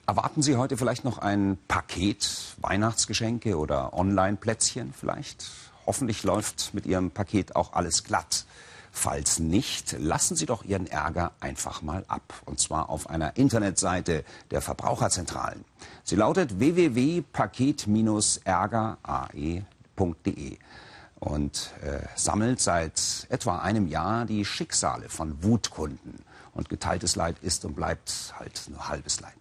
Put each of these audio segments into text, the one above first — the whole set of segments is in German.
Erwarten Sie heute vielleicht noch ein Paket, Weihnachtsgeschenke oder Online-Plätzchen vielleicht? Hoffentlich läuft mit Ihrem Paket auch alles glatt. Falls nicht, lassen Sie doch Ihren Ärger einfach mal ab. Und zwar auf einer Internetseite der Verbraucherzentralen. Sie lautet www.paket-ärger.de und sammelt seit etwa einem Jahr die Schicksale von Wutkunden. Und geteiltes Leid ist und bleibt halt nur halbes Leid.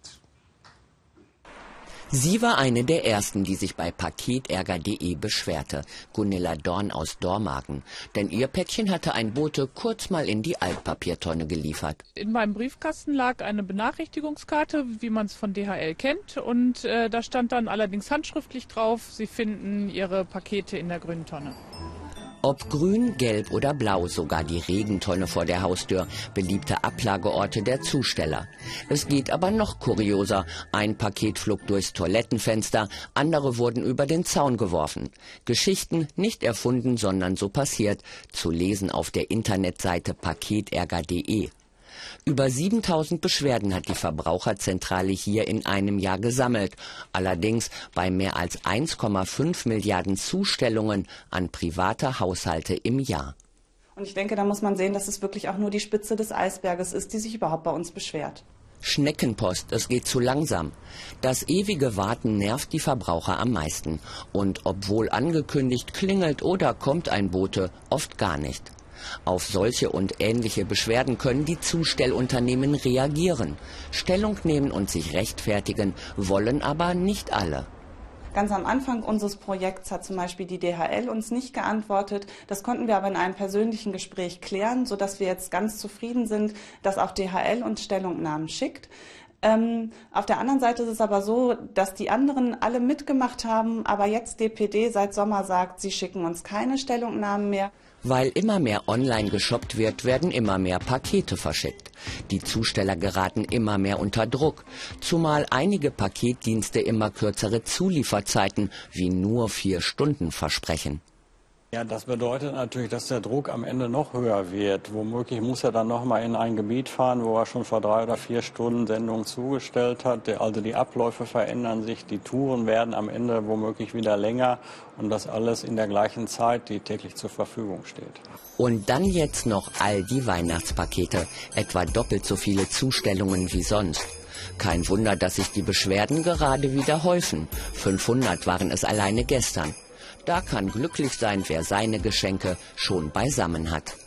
Sie war eine der ersten, die sich bei paketärger.de beschwerte, Gunilla Dorn aus Dormagen. Denn ihr Päckchen hatte ein Bote kurz mal in die Altpapiertonne geliefert. In meinem Briefkasten lag eine Benachrichtigungskarte, wie man es von DHL kennt. Und da stand dann allerdings handschriftlich drauf, Sie finden Ihre Pakete in der grünen Tonne. Ob grün, gelb oder blau, sogar die Regentonne vor der Haustür, beliebte Ablageorte der Zusteller. Es geht aber noch kurioser. Ein Paket flog durchs Toilettenfenster, andere wurden über den Zaun geworfen. Geschichten nicht erfunden, sondern so passiert, zu lesen auf der Internetseite paketärger.de. Über 7000 Beschwerden hat die Verbraucherzentrale hier in einem Jahr gesammelt. Allerdings bei mehr als 1,5 Milliarden Zustellungen an private Haushalte im Jahr. Und ich denke, da muss man sehen, dass es wirklich auch nur die Spitze des Eisberges ist, die sich überhaupt bei uns beschwert. Schneckenpost, es geht zu langsam. Das ewige Warten nervt die Verbraucher am meisten. Und obwohl angekündigt, klingelt oder kommt ein Bote, oft gar nicht. Auf solche und ähnliche Beschwerden können die Zustellunternehmen reagieren, Stellung nehmen und sich rechtfertigen, wollen aber nicht alle. Ganz am Anfang unseres Projekts hat zum Beispiel die DHL uns nicht geantwortet. Das konnten wir aber in einem persönlichen Gespräch klären, sodass wir jetzt ganz zufrieden sind, dass auch DHL uns Stellungnahmen schickt. Auf der anderen Seite ist es aber so, dass die anderen alle mitgemacht haben, aber jetzt DPD seit Sommer sagt, sie schicken uns keine Stellungnahmen mehr. Weil immer mehr online geshoppt wird, werden immer mehr Pakete verschickt. Die Zusteller geraten immer mehr unter Druck, zumal einige Paketdienste immer kürzere Zulieferzeiten wie nur 4 Stunden versprechen. Ja, das bedeutet natürlich, dass der Druck am Ende noch höher wird. Womöglich muss er dann noch mal in ein Gebiet fahren, wo er schon vor 3 oder 4 Stunden Sendung zugestellt hat. Also die Abläufe verändern sich, die Touren werden am Ende womöglich wieder länger und das alles in der gleichen Zeit, die täglich zur Verfügung steht. Und dann jetzt noch all die Weihnachtspakete, etwa doppelt so viele Zustellungen wie sonst. Kein Wunder, dass sich die Beschwerden gerade wieder häufen. 500 waren es alleine gestern. Da kann glücklich sein, wer seine Geschenke schon beisammen hat.